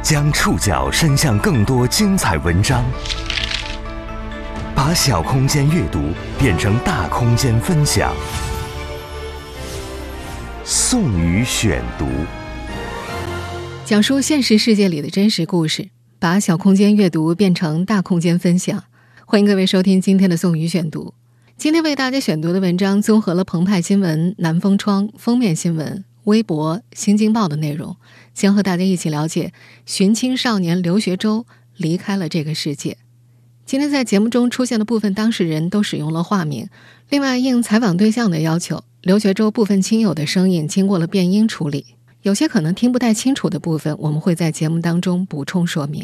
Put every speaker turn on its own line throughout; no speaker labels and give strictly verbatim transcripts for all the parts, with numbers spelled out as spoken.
将触角伸向更多精彩文章，把小空间阅读变成大空间分享。宋宇选读，
讲述现实世界里的真实故事，把小空间阅读变成大空间分享。欢迎各位收听今天的宋宇选读。今天为大家选读的文章综合了澎湃新闻、南风窗、封面新闻、微博、新京报的内容，将和大家一起了解寻亲少年刘学周离开了这个世界。今天在节目中出现的部分当事人都使用了化名，另外应采访对象的要求，刘学周部分亲友的声音经过了变音处理，有些可能听不太清楚的部分，我们会在节目当中补充说明。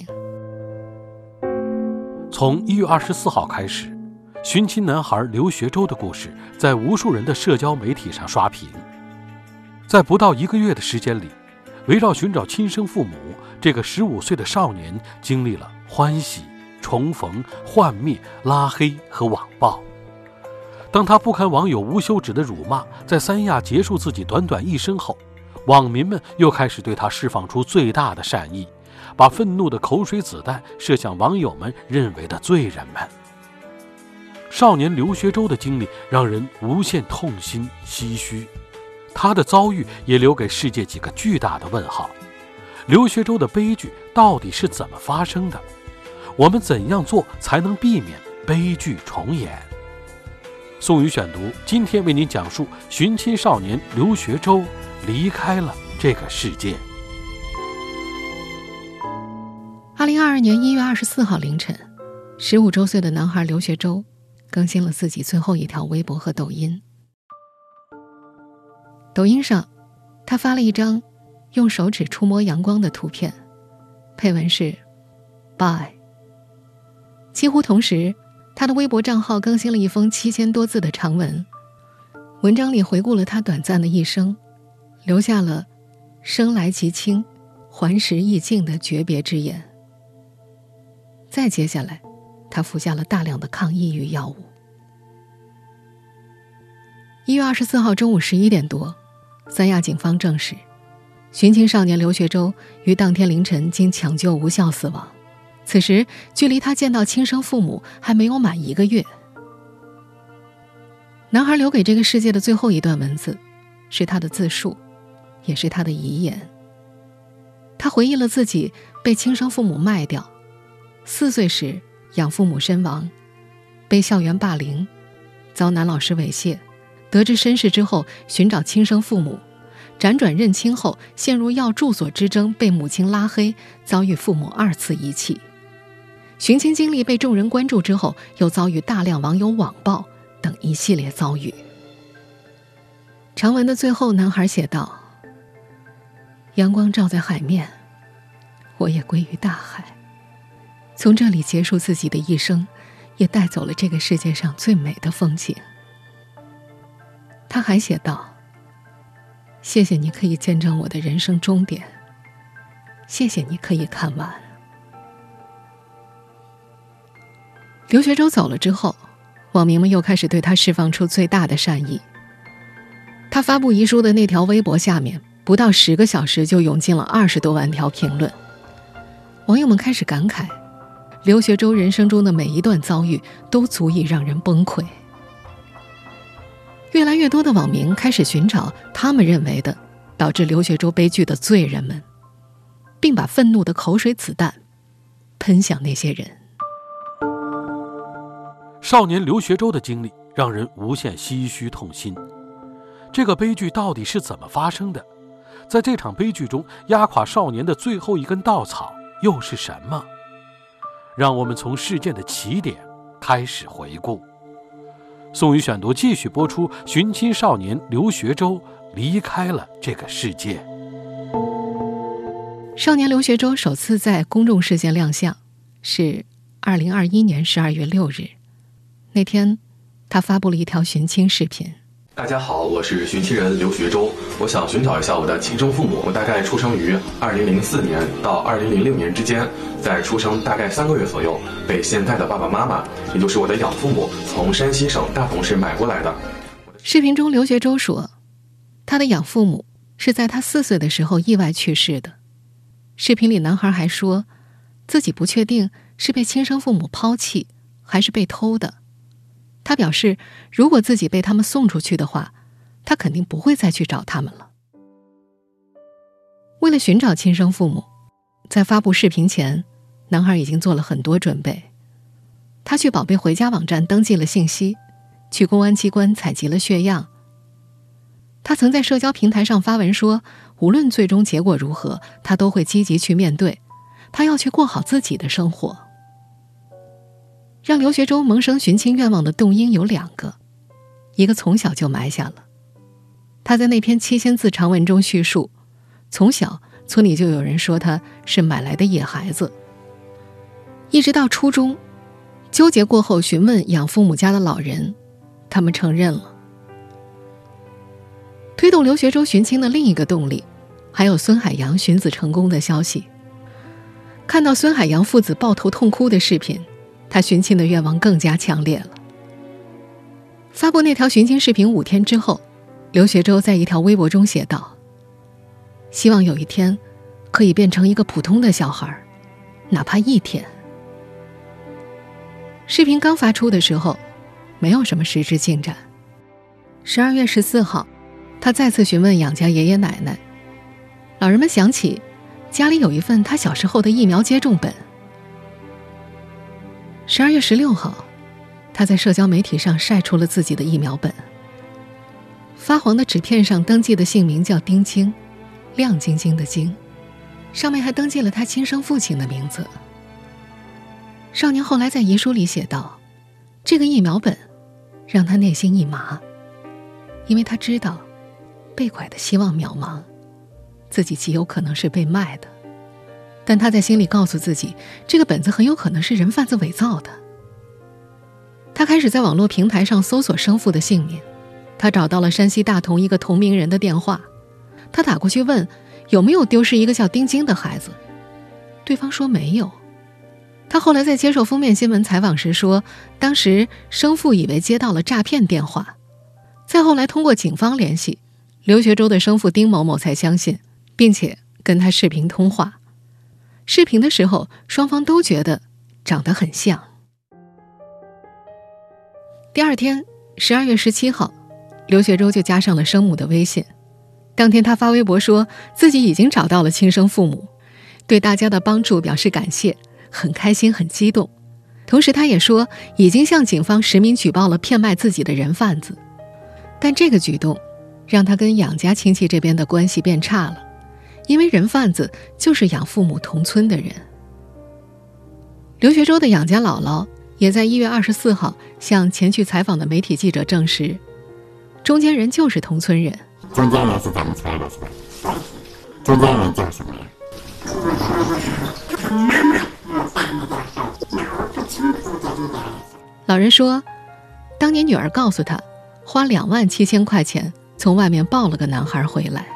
从一月二十四号开始，寻亲男孩刘学周的故事在无数人的社交媒体上刷屏。在不到一个月的时间里，围绕寻找亲生父母，这个十五岁的少年经历了欢喜、重逢、幻灭、拉黑和网暴。当他不堪网友无休止的辱骂，在三亚结束自己短短一生后，网民们又开始对他释放出最大的善意，把愤怒的口水子弹射向网友们认为的罪人们。少年刘学周的经历让人无限痛心唏嘘，他的遭遇也留给世界几个巨大的问号。刘学周的悲剧到底是怎么发生的？我们怎样做才能避免悲剧重演？宋宇选读今天为您讲述寻亲少年刘学周离开了这个世界。
二零二二年一月二十四号凌晨，十五周岁的男孩刘学周更新了自己最后一条微博和抖音。抖音上，他发了一张用手指触摸阳光的图片，配文是 Bye。 几乎同时，他的微博账号更新了一封七千多字的长文，文章里回顾了他短暂的一生，留下了生来极轻，还时亦尽的诀别之言。再接下来，他服下了大量的抗抑郁药物。一月二十四号中午十一点多，三亚警方证实，寻亲少年刘学周于当天凌晨经抢救无效死亡。此时距离他见到亲生父母还没有满一个月。男孩留给这个世界的最后一段文字，是他的自述，也是他的遗言。他回忆了自己被亲生父母卖掉，四岁时养父母身亡，被校园霸凌，遭男老师猥亵，得知身世之后寻找亲生父母，辗转认亲后陷入要住所之争，被母亲拉黑，遭遇父母二次遗弃。寻亲经历被众人关注之后，又遭遇大量网友网暴等一系列遭遇。长文的最后，男孩写道：阳光照在海面，我也归于大海，从这里结束自己的一生，也带走了这个世界上最美的风景。他还写道：谢谢你可以见证我的人生终点，谢谢你可以看完。刘学周走了之后，网民们又开始对他释放出最大的善意。他发布遗书的那条微博下面，不到十个小时就涌进了二十多万条评论。网友们开始感慨，刘学周人生中的每一段遭遇都足以让人崩溃。越来越多的网民开始寻找他们认为的导致刘学周悲剧的罪人们，并把愤怒的口水子弹喷向那些人。
少年刘学周的经历让人无限唏嘘痛心。这个悲剧到底是怎么发生的？在这场悲剧中，压垮少年的最后一根稻草又是什么？让我们从事件的起点开始回顾。宋宇选读继续播出，寻亲少年刘学周离开了这个世界。
少年刘学周首次在公众视线亮相是二零二一年十二月六日，那天他发布了一条寻亲视频。
大家好，我是寻亲人刘学周，我想寻找一下我的亲生父母。我大概出生于二零零四年到二零零六年之间，在出生大概三个月左右，被现在的爸爸妈妈，也就是我的养父母，从山西省大同市买过来的。
视频中，刘学周说，他的养父母是在他四岁的时候意外去世的。 视频里男孩还说，自己不确定是被亲生父母抛弃还是被偷的。他表示，如果自己被他们送出去的话，他肯定不会再去找他们了。为了寻找亲生父母，在发布视频前，男孩已经做了很多准备。他去宝贝回家网站登记了信息，去公安机关采集了血样。他曾在社交平台上发文说，无论最终结果如何，他都会积极去面对，他要去过好自己的生活。让刘学周萌生寻亲愿望的动因有两个，一个从小就埋下了。他在那篇七千字长文中叙述，从小村里就有人说他是买来的野孩子。一直到初中，纠结过后询问养父母家的老人，他们承认了。推动刘学周寻亲的另一个动力，还有孙海洋寻子成功的消息。看到孙海洋父子抱头痛哭的视频，他寻亲的愿望更加强烈了。发布那条寻亲视频五天之后，刘学周在一条微博中写道，希望有一天可以变成一个普通的小孩，哪怕一天。视频刚发出的时候，没有什么实质进展。十二月十四号，他再次询问养家爷爷奶奶，老人们想起家里有一份他小时候的疫苗接种本。十二月十六号，他在社交媒体上晒出了自己的疫苗本。发黄的纸片上登记的姓名叫丁晶，亮晶晶的晶，上面还登记了他亲生父亲的名字。少年后来在遗书里写道，这个疫苗本让他内心一麻，因为他知道被拐的希望渺茫，自己极有可能是被卖的。但他在心里告诉自己，这个本子很有可能是人贩子伪造的。他开始在网络平台上搜索生父的姓名，他找到了山西大同一个同名人的电话，他打过去问有没有丢失一个叫丁晶的孩子，对方说没有。他后来在接受封面新闻采访时说，当时生父以为接到了诈骗电话，再后来通过警方联系，刘学周的生父丁某某才相信，并且跟他视频通话。视频的时候，双方都觉得长得很像。第二天，十二月十七号，刘学周就加上了生母的微信。当天他发微博说自己已经找到了亲生父母，对大家的帮助表示感谢，很开心很激动。同时他也说已经向警方实名举报了骗卖自己的人贩子。但这个举动让他跟养家亲戚这边的关系变差了，因为人贩子就是养父母同村的人。刘学周的养家姥姥也在一月二十四号向前去采访的媒体记者证实，中间人就是同村人。
中间人是怎么猜的？是吧？中间人叫什么呀？
老人说，当年女儿告诉他，花两万七千块钱从外面抱了个男孩回来。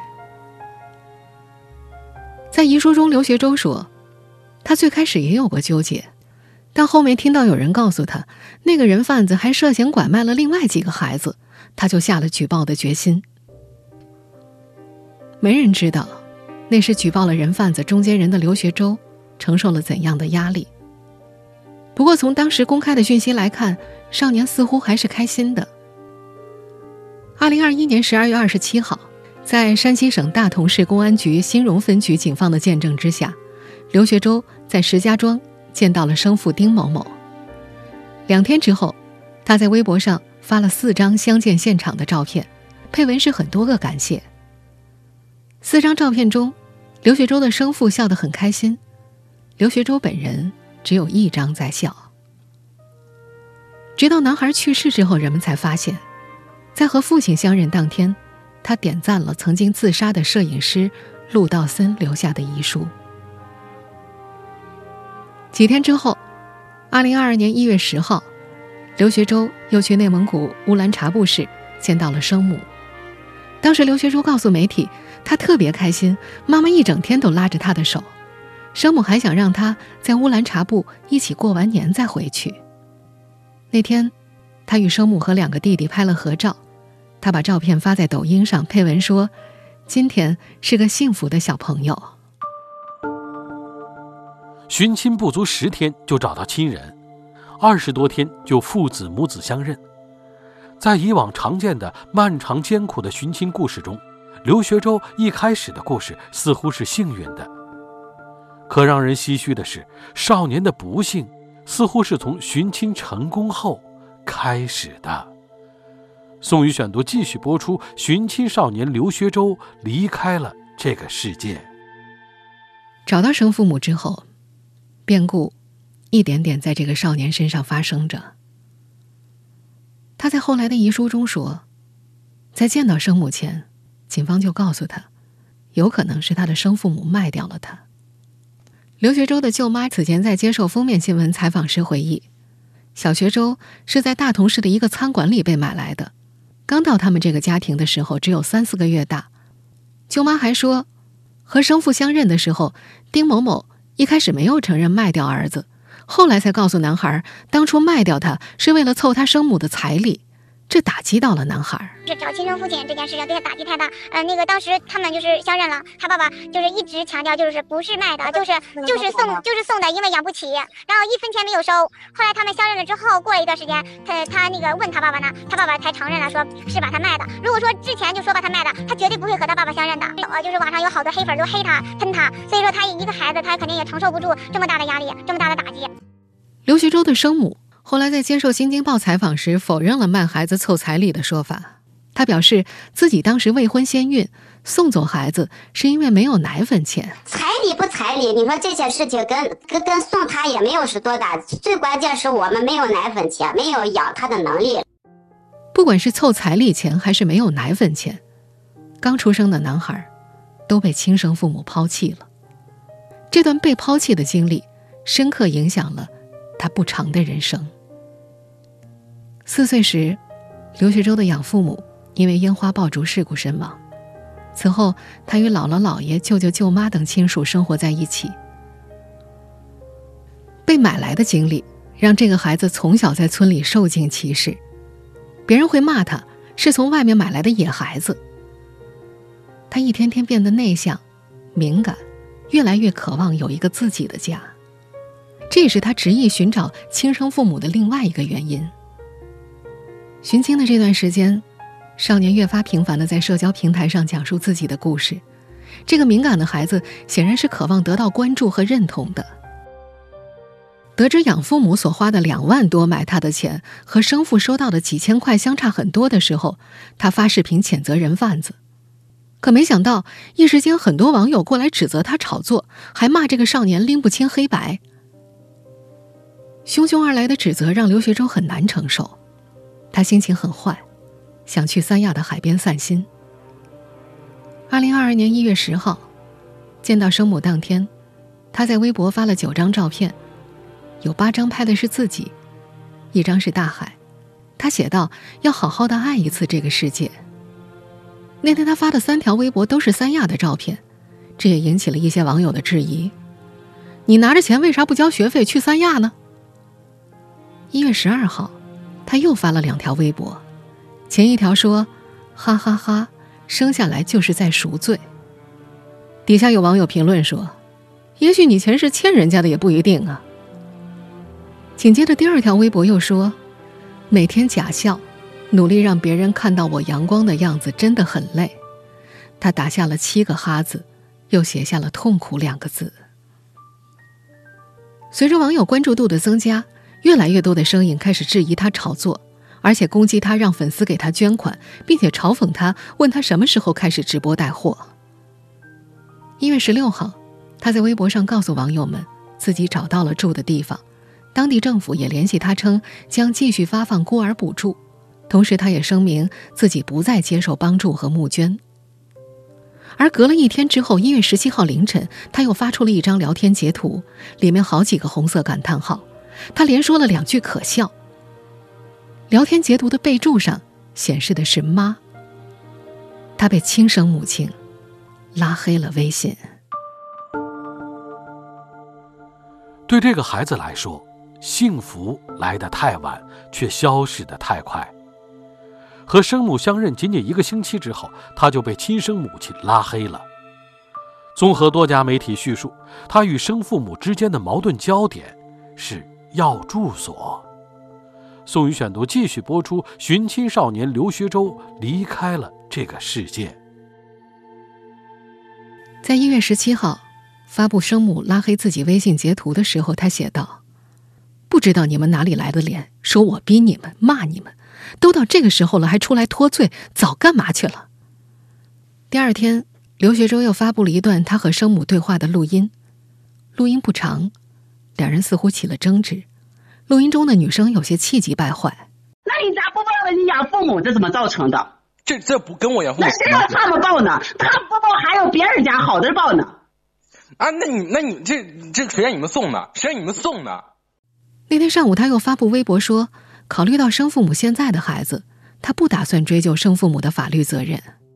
在遗书中，刘学周说，他最开始也有过纠结，但后面听到有人告诉他，那个人贩子还涉嫌拐卖了另外几个孩子，他就下了举报的决心。没人知道，那时举报了人贩子中间人的刘学周承受了怎样的压力。不过从当时公开的讯息来看，少年似乎还是开心的。二零二一年十二月二十七号，在山西省大同市公安局新荣分局警方的见证之下，刘学周在石家庄见到了生父丁某某。两天之后，他在微博上发了四张相见现场的照片，配文是很多个感谢。四张照片中，刘学周的生父笑得很开心，刘学周本人只有一张在笑。直到男孩去世之后，人们才发现，在和父亲相认当天，他点赞了曾经自杀的摄影师陆道森留下的遗书。几天之后，二零二二年一月十号，刘学周又去内蒙古乌兰察布市见到了生母。当时刘学周告诉媒体，他特别开心，妈妈一整天都拉着他的手，生母还想让他在乌兰察布一起过完年再回去。那天他与生母和两个弟弟拍了合照，他把照片发在抖音上，配文说，今天是个幸福的小朋友。
寻亲不足十天就找到亲人，二十多天就父子母子相认。在以往常见的漫长艰苦的寻亲故事中，刘学周一开始的故事似乎是幸运的。可让人唏嘘的是，少年的不幸似乎是从寻亲成功后开始的。宋宇选读继续播出，寻亲少年刘学周离开了这个世界。
找到生父母之后，变故一点点在这个少年身上发生着。他在后来的遗书中说，在见到生母前，警方就告诉他，有可能是他的生父母卖掉了他。刘学周的舅妈此前在接受封面新闻采访时回忆，小学周是在大同市的一个餐馆里被买来的，刚到他们这个家庭的时候只有三四个月大。舅妈还说，和生父相认的时候，丁某某一开始没有承认卖掉儿子，后来才告诉男孩，当初卖掉他是为了凑他生母的彩礼，这打击到了男孩。
是找亲生父亲这件事情对他打击太大。呃，那个当时他们就是相认了，他爸爸就是一直强调就是不是卖的，就是就是送就是送的，因为养不起，然后一分钱没有收。后来他们相认了之后，过了一段时间，他他那个问他爸爸呢，他爸爸才承认了，说是把他卖的。如果说之前就说把他卖的，他绝对不会和他爸爸相认的。呃，就是网上有好多黑粉都黑他喷他，所以说他一个孩子他肯定也承受不住这么大的压力，这么大的打击。
刘学周的生母后来在接受《新京报》采访时否认了卖孩子凑彩礼的说法。他表示自己当时未婚先孕，送走孩子是因为没有奶粉钱。
彩礼不彩礼，你说这些事情跟跟跟送他也没有是多大，最关键是我们没有奶粉钱，没有养他的能力。
不管是凑彩礼钱还是没有奶粉钱，刚出生的男孩都被亲生父母抛弃了。这段被抛弃的经历深刻影响了他不长的人生。四岁时，刘学周的养父母因为烟花爆竹事故身亡。此后，他与姥姥姥爷、舅舅舅妈等亲属生活在一起。被买来的经历让这个孩子从小在村里受尽歧视，别人会骂他是从外面买来的野孩子。他一天天变得内向、敏感，越来越渴望有一个自己的家。这也是他执意寻找亲生父母的另外一个原因。寻亲的这段时间，少年越发频繁地在社交平台上讲述自己的故事。这个敏感的孩子显然是渴望得到关注和认同的。得知养父母所花的两万多买他的钱和生父收到的几千块相差很多的时候，他发视频谴责人贩子。可没想到，一时间很多网友过来指责他炒作，还骂这个少年拎不清黑白。汹汹而来的指责让刘学周很难承受，他心情很坏，想去三亚的海边散心。二零二二年一月十号，见到生母当天，他在微博发了九张照片，有八张拍的是自己，一张是大海。他写道，要好好的爱一次这个世界。那天他发的三条微博都是三亚的照片，这也引起了一些网友的质疑。你拿着钱为啥不交学费去三亚呢？一月十二号，他又发了两条微博，前一条说，哈哈哈，生下来就是在赎罪。底下有网友评论说，也许你钱是欠人家的也不一定啊。紧接着第二条微博又说，每天假笑，努力让别人看到我阳光的样子真的很累。他打下了七个哈字，又写下了痛苦两个字。随着网友关注度的增加，越来越多的声音开始质疑他炒作，而且攻击他让粉丝给他捐款，并且嘲讽他，问他什么时候开始直播带货。一月十六号，他在微博上告诉网友们自己找到了住的地方，当地政府也联系他称将继续发放孤儿补助，同时他也声明自己不再接受帮助和募捐。而隔了一天之后，一月十七号凌晨，他又发出了一张聊天截图，里面好几个红色感叹号，他连说了两句可笑。聊天截图的备注上显示的是妈，他被亲生母亲拉黑了微信。
对这个孩子来说，幸福来得太晚，却消逝得太快。和生母相认仅仅一个星期之后，他就被亲生母亲拉黑了。 综合多家媒体叙述，他与生父母之间的矛盾焦点是要住所。宋宇选读继续播出，寻亲少年刘学周离开了这个世界。
在一月十七号发布生母拉黑自己微信截图的时候，他写道：不知道你们哪里来的脸，说我逼你们，骂你们，都到这个时候了还出来脱罪，早干嘛去了。第二天，刘学周又发布了一段他和生母对话的录音，录音不长，两人似乎起了争执，录音中的女生有些气急败坏。
那你咋不问问你养父母这怎么造成的？
这这不跟我养父母？
那谁让他们报呢？他们不报，还有别人家好的报呢。
啊，那你那你这这谁让你们送的？谁让你们送的？
那天上午，他又发布微博说，考虑到生父母现在的孩子，他不打算追究生父母的法律责任。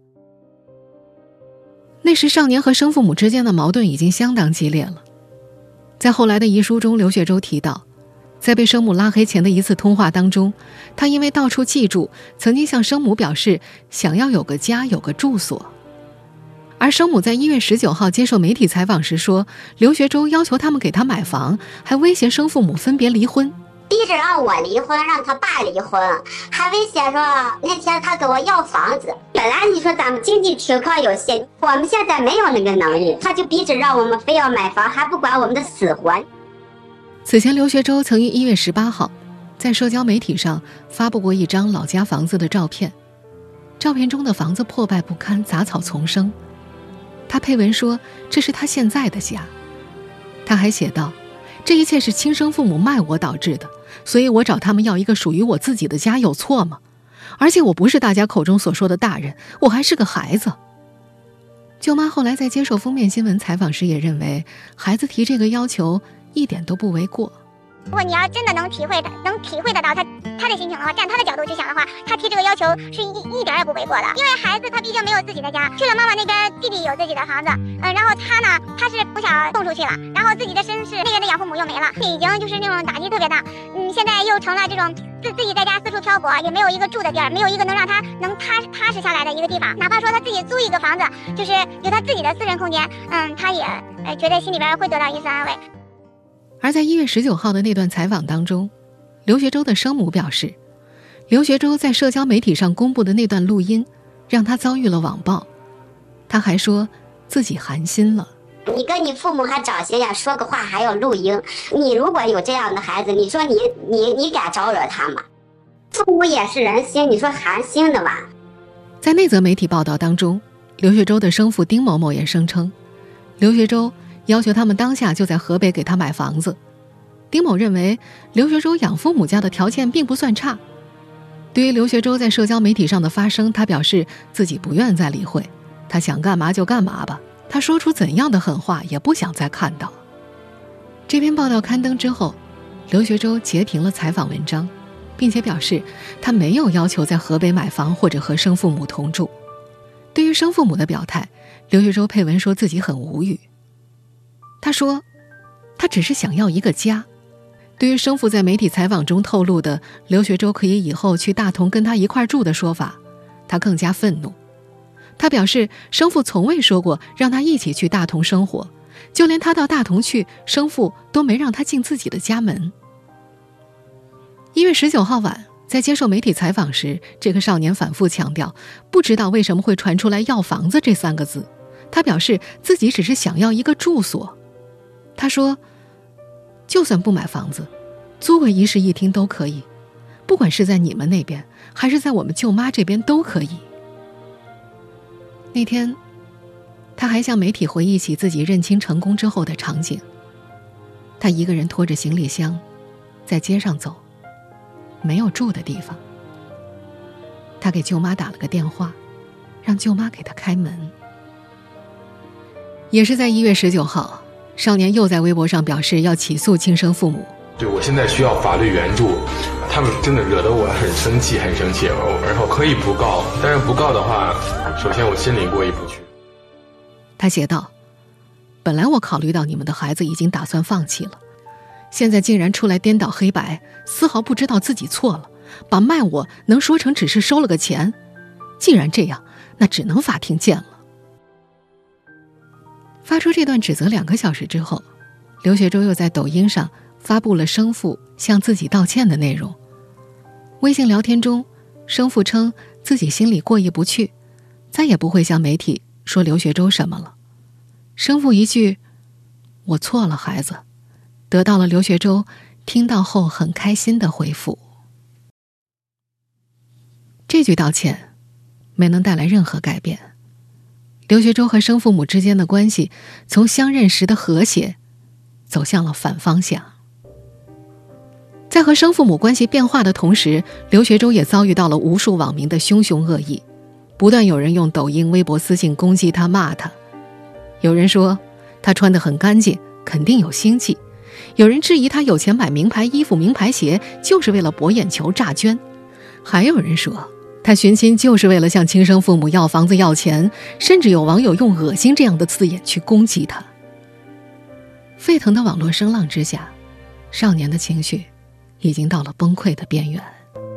那时少年和生父母之间的矛盾已经相当激烈了。在后来的遗书中，刘学周提到，在被生母拉黑前的一次通话当中，他因为到处寄住，曾经向生母表示想要有个家，有个住所。而生母在一月十九号接受媒体采访时说，刘学周要求他们给他买房，还威胁生父母分别离婚，
逼着让我离婚，让他爸离婚，还威胁说那天他给我要房子。本来你说咱们经济情况有限，我们现在没有那个能力，他就逼着让我们非要买房，还不管我们的死活。
此前刘学周曾于一月十八号在社交媒体上发布过一张老家房子的照片，照片中的房子破败不堪，杂草丛生。他配文说这是他现在的家。他还写道，这一切是亲生父母卖我导致的，所以我找他们要一个属于我自己的家有错吗？而且我不是大家口中所说的大人，我还是个孩子。舅妈后来在接受封面新闻采访时也认为，孩子提这个要求一点都不为过。
如果你要真的能体会的，能体会得到他他的心情的话，站他的角度去想的话，他提这个要求是一一点也不为过的。因为孩子他毕竟没有自己的家，去了妈妈那边，弟弟有自己的房子，嗯、呃，然后他呢，他是不想送出去了，然后自己的身世那边的养父母又没了，已经就是那种打击特别大。嗯，现在又成了这种自自己在家四处漂泊，也没有一个住的地儿，没有一个能让他能踏踏实下来的一个地方。哪怕说他自己租一个房子，就是有他自己的私人空间，嗯，他也呃觉得心里边会得到一丝安慰。
而在一月十九号的那段采访当中，刘学周的生母表示，刘学周在社交媒体上公布的那段录音让他遭遇了网暴。他还说自己寒心了。
你跟你父母还长心眼，说个话还要录音，你如果有这样的孩子，你说你你你敢招惹他吗？父母也是人心，你说寒心的吧。
在那则媒体报道当中，刘学周的生父丁某某也声称，刘学周要求他们当下就在河北给他买房子。丁某认为刘学周养父母家的条件并不算差。对于刘学周在社交媒体上的发声，他表示自己不愿再理会，他想干嘛就干嘛吧，他说出怎样的狠话也不想再看到。这篇报道刊登之后，刘学周截停了采访文章，并且表示他没有要求在河北买房或者和生父母同住。对于生父母的表态，刘学周配文说自己很无语。他说他只是想要一个家。对于生父在媒体采访中透露的刘学周可以以后去大同跟他一块住的说法，他更加愤怒。他表示生父从未说过让他一起去大同生活，就连他到大同去，生父都没让他进自己的家门。一月十九号晚，在接受媒体采访时，这个少年反复强调不知道为什么会传出来要房子这三个字。他表示自己只是想要一个住所。他说就算不买房子，租个一室一厅都可以，不管是在你们那边还是在我们舅妈这边都可以。那天他还向媒体回忆起自己认亲成功之后的场景。他一个人拖着行李箱在街上走，没有住的地方。他给舅妈打了个电话，让舅妈给他开门。也是在一月十九号，少年又在微博上表示要起诉亲生父母。
对，我现在需要法律援助，他们真的惹得我很生气很生气，然后可以不告，但是不告的话，首先我心里过意不去。
他写道，本来我考虑到你们的孩子已经打算放弃了，现在竟然出来颠倒黑白，丝毫不知道自己错了，把卖我能说成只是收了个钱。既然这样，那只能法庭见了。 发出这段指责两个小时之后，刘学周又在抖音上发布了生父向自己道歉的内容。微信聊天中，生父称自己心里过意不去，再也不会向媒体说刘学周什么了。生父一句“我错了，孩子”，得到了刘学周听到后很开心的回复。这句道歉没能带来任何改变，刘学周和生父母之间的关系从相认时的和谐走向了反方向。在和生父母关系变化的同时，刘学周也遭遇到了无数网民的凶凶恶意，不断有人用抖音、微博私信攻击他、骂他。有人说他穿得很干净，肯定有心计；有人质疑他有钱买名牌衣服、名牌鞋就是为了博眼球、诈捐；还有人说他寻亲就是为了向亲生父母要房子、要钱，甚至有网友用恶心这样的字眼去攻击他。沸腾的网络声浪之下，少年的情绪已经到了崩溃的边缘。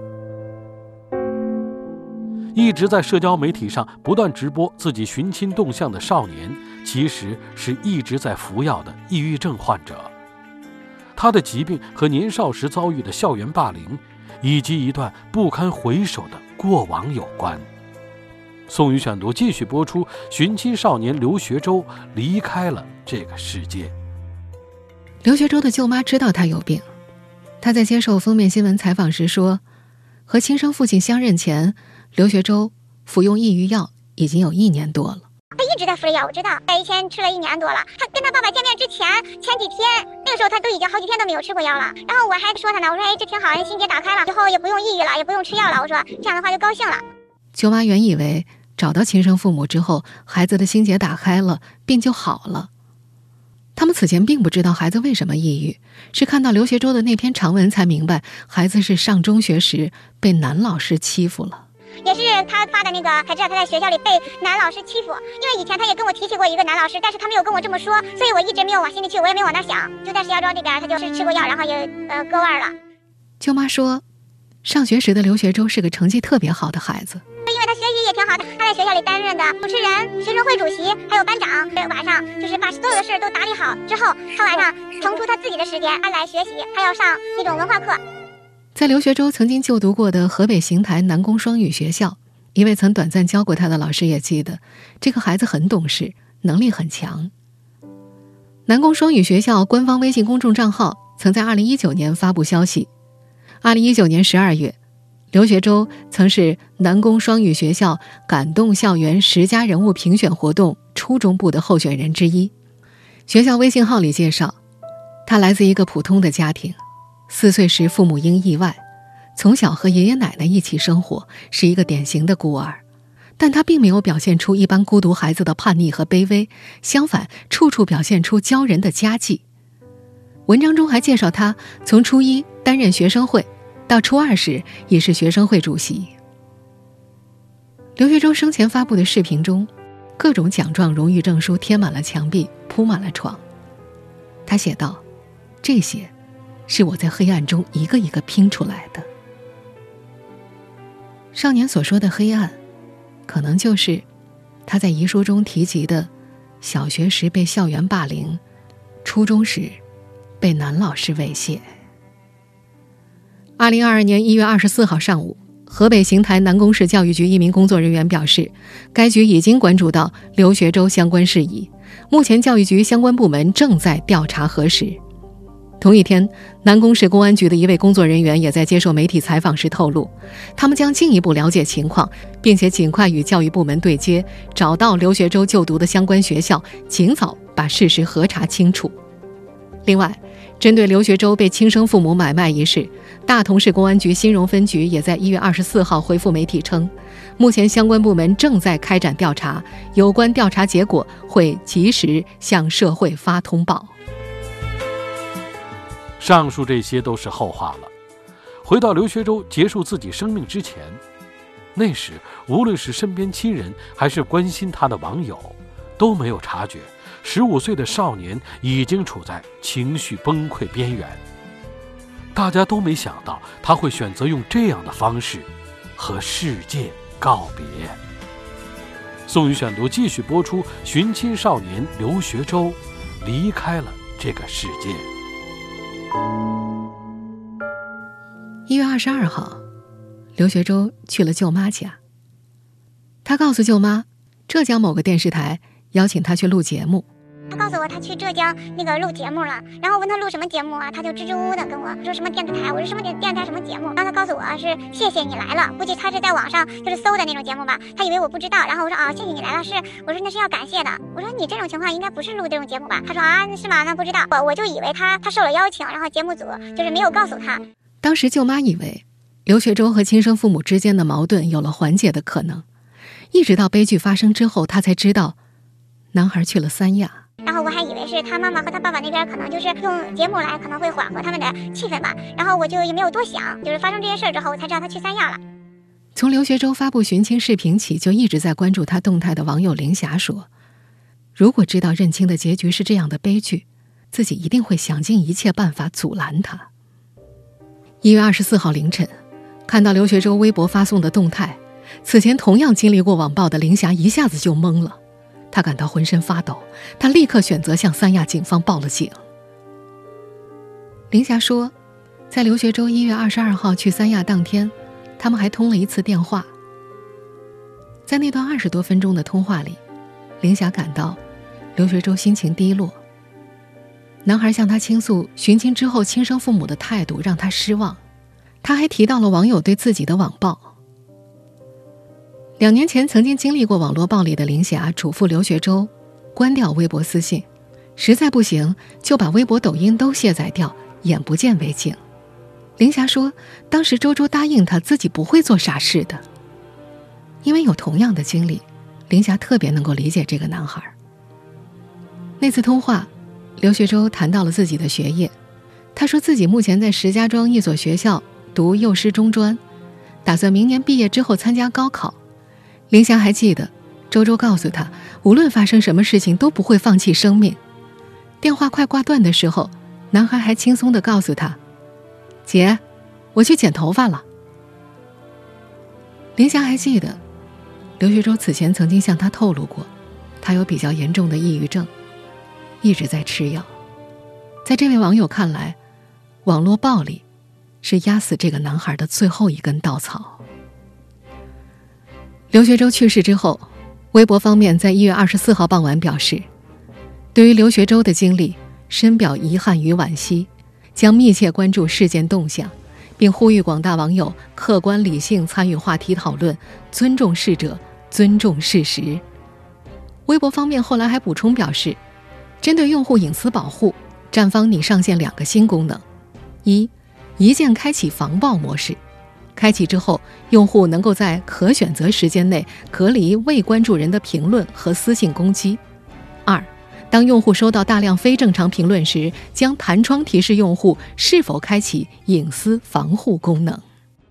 一直在社交媒体上不断直播自己寻亲动向的少年，其实是一直在服药的抑郁症患者。他的疾病和年少时遭遇的校园霸凌，以及一段不堪回首的过往有关。宋宇选读继续播出，寻亲少年刘学周离开了这个世界。
刘学周的舅妈知道他有病，他在接受封面新闻采访时说，和亲生父亲相认前，刘学周服用抑郁药已经有一年多了。
他一直在服着药，我知道，以前吃了一年多了。他跟他爸爸见面之前前几天，那个时候他都已经好几天都没有吃过药了。然后我还说他呢，我说哎，这挺好，心结打开了，以后也不用抑郁了，也不用吃药了。我说这样的话就高兴了。
舅妈原以为找到亲生父母之后，孩子的心结打开了，病就好了。他们此前并不知道孩子为什么抑郁，是看到刘学周的那篇长文才明白，孩子是上中学时被男老师欺负了。
也是他发的那个才知道他在学校里被男老师欺负，因为以前他也跟我提起过一个男老师，但是他没有跟我这么说，所以我一直没有往心里去，我也没往那想。就在石家庄这边，他就是吃过药，然后也呃割腕了。
舅妈说，上学时的刘学周是个成绩特别好的孩子，
因为他学习也挺好的，他在学校里担任的主持人、学生会主席，还有班长。晚上就是把所有的事都打理好之后，他晚上腾出他自己的时间，他来学习，还要上那种文化课。
在刘学周曾经就读过的河北邢台南宫双语学校，一位曾短暂教过他的老师也记得，这个孩子很懂事，能力很强。南宫双语学校官方微信公众账号曾在二零一九年发布消息，二零一九年十二月，刘学周曾是南宫双语学校感动校园十佳人物评选活动初中部的候选人之一。学校微信号里介绍，他来自一个普通的家庭，四岁时父母因意外，从小和爷爷奶奶一起生活，是一个典型的孤儿。但他并没有表现出一般孤独孩子的叛逆和卑微，相反，处处表现出骄人的佳绩。文章中还介绍他从初一担任学生会，到初二时也是学生会主席。刘学周生前发布的视频中，各种奖状、荣誉证书贴满了墙壁，铺满了床。他写道，这些是我在黑暗中一个一个拼出来的。少年所说的黑暗，可能就是他在遗书中提及的小学时被校园霸凌，初中时被男老师猥亵。二零二二年一月二十四号上午，河北邢台南宫市教育局一名工作人员表示，该局已经关注到刘学周相关事宜，目前教育局相关部门正在调查核实。同一天，南宫市公安局的一位工作人员也在接受媒体采访时透露，他们将进一步了解情况，并且尽快与教育部门对接，找到刘学周就读的相关学校，尽早把事实核查清楚。另外，针对刘学周被亲生父母买卖一事，大同市公安局新荣分局也在一月二十四号回复媒体称，目前相关部门正在开展调查，有关调查结果会及时向社会发通报。
上述这些都是后话了。回到刘学周结束自己生命之前，那时无论是身边亲人还是关心他的网友，都没有察觉十五岁的少年已经处在情绪崩溃边缘。大家都没想到他会选择用这样的方式和世界告别。 宋宇选读继续播出，寻亲少年刘学周离开了这个世界。
一月二十二号，刘学周去了舅妈家。他告诉舅妈，浙江某个电视台邀请他去录节目。
他告诉我他去浙江那个录节目了，然后问他录什么节目啊，他就支支吾吾的跟我说什么电视台，我说什么电电视台什么节目，然后他告诉我是谢谢你来了，估计他是在网上就是搜的那种节目吧，他以为我不知道，然后我说啊谢谢你来了，是我说那是要感谢的，我说你这种情况应该不是录这种节目吧，他说啊是吗？那不知道，我我就以为他他受了邀请，然后节目组就是没有告诉他。
当时舅妈以为刘学周和亲生父母之间的矛盾有了缓解的可能，一直到悲剧发生之后，他才知道男孩去了三亚。
然后我还以为是他妈妈和他爸爸那边可能就是用节目来可能会缓和他们的气氛吧，然后我就也没有多想，就是发生这些事之后我才知道他去三亚了。
从刘学周发布寻亲视频起，就一直在关注他动态的网友林霞说，如果知道认亲的结局是这样的悲剧，自己一定会想尽一切办法阻拦他。一月二十四号凌晨，看到刘学周微博发送的动态，此前同样经历过网暴的林霞一下子就懵了，她感到浑身发抖，她立刻选择向三亚警方报了警。林霞说，在刘学周一月二十二号去三亚当天，他们还通了一次电话。在那段二十多分钟的通话里，林霞感到刘学周心情低落。男孩向他倾诉寻亲之后亲生父母的态度让他失望，他还提到了网友对自己的网暴。两年前曾经经历过网络暴力的林霞嘱咐刘学周关掉微博私信，实在不行就把微博抖音都卸载掉，眼不见为净。林霞说，当时周周答应他自己不会做傻事的。因为有同样的经历，林霞特别能够理解这个男孩。那次通话，刘学周谈到了自己的学业，他说自己目前在石家庄一所学校读幼师中专，打算明年毕业之后参加高考。林霞还记得周周告诉他，无论发生什么事情都不会放弃生命。电话快挂断的时候，男孩还轻松地告诉他，姐，我去剪头发了。林霞还记得刘学周此前曾经向他透露过，他有比较严重的抑郁症，一直在吃药。在这位网友看来，网络暴力是压死这个男孩的最后一根稻草。刘学周去世之后，微博方面在一月二十四号傍晚表示，对于刘学周的经历深表遗憾与惋惜，将密切关注事件动向，并呼吁广大网友客观理性参与话题讨论，尊重逝者，尊重事实。微博方面后来还补充表示，针对用户隐私保护，站方拟上线两个新功能：一，一键开启防暴模式，开启之后，用户能够在可选择时间内隔离未关注人的评论和私信攻击；二，当用户收到大量非正常评论时，将弹窗提示用户是否开启隐私防护功能。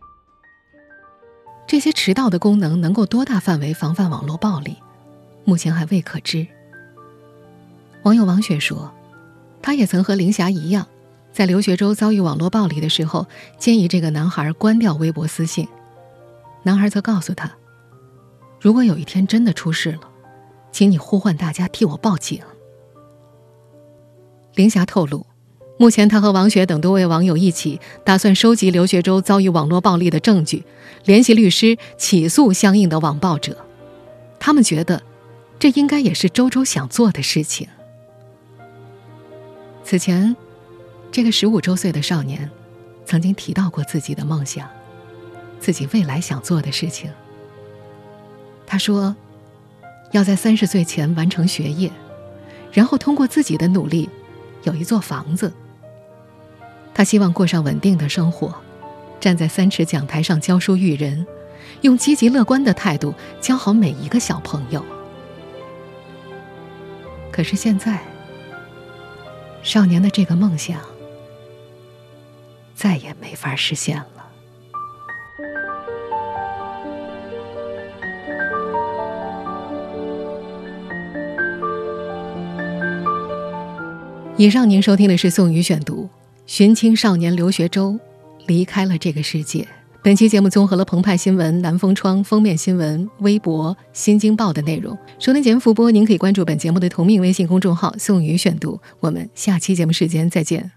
这些迟到的功能能够多大范围防范网络暴力，目前还未可知。网友王雪说，他也曾和林霞一样，在刘学周遭遇网络暴力的时候，建议这个男孩关掉微博私信。男孩则告诉他，如果有一天真的出事了，请你呼唤大家替我报警。林霞透露，目前他和王雪等多位网友一起打算收集刘学周遭遇网络暴力的证据，联系律师起诉相应的网暴者。他们觉得这应该也是周周想做的事情。此前这个十五周岁的少年曾经提到过自己的梦想，自己未来想做的事情。他说要在三十岁前完成学业，然后通过自己的努力有一座房子。他希望过上稳定的生活，站在三尺讲台上教书育人，用积极乐观的态度教好每一个小朋友。可是现在，少年的这个梦想再也没法实现了。以上您收听的是宋宇选读，寻亲少年刘学周离开了这个世界。本本期节目综合了澎湃新闻、南风窗、封面新闻、微博、新京报的内容。收听节目复播，您可以关注本节目的同名微信公众号宋宇选读。我们下期节目时间再见。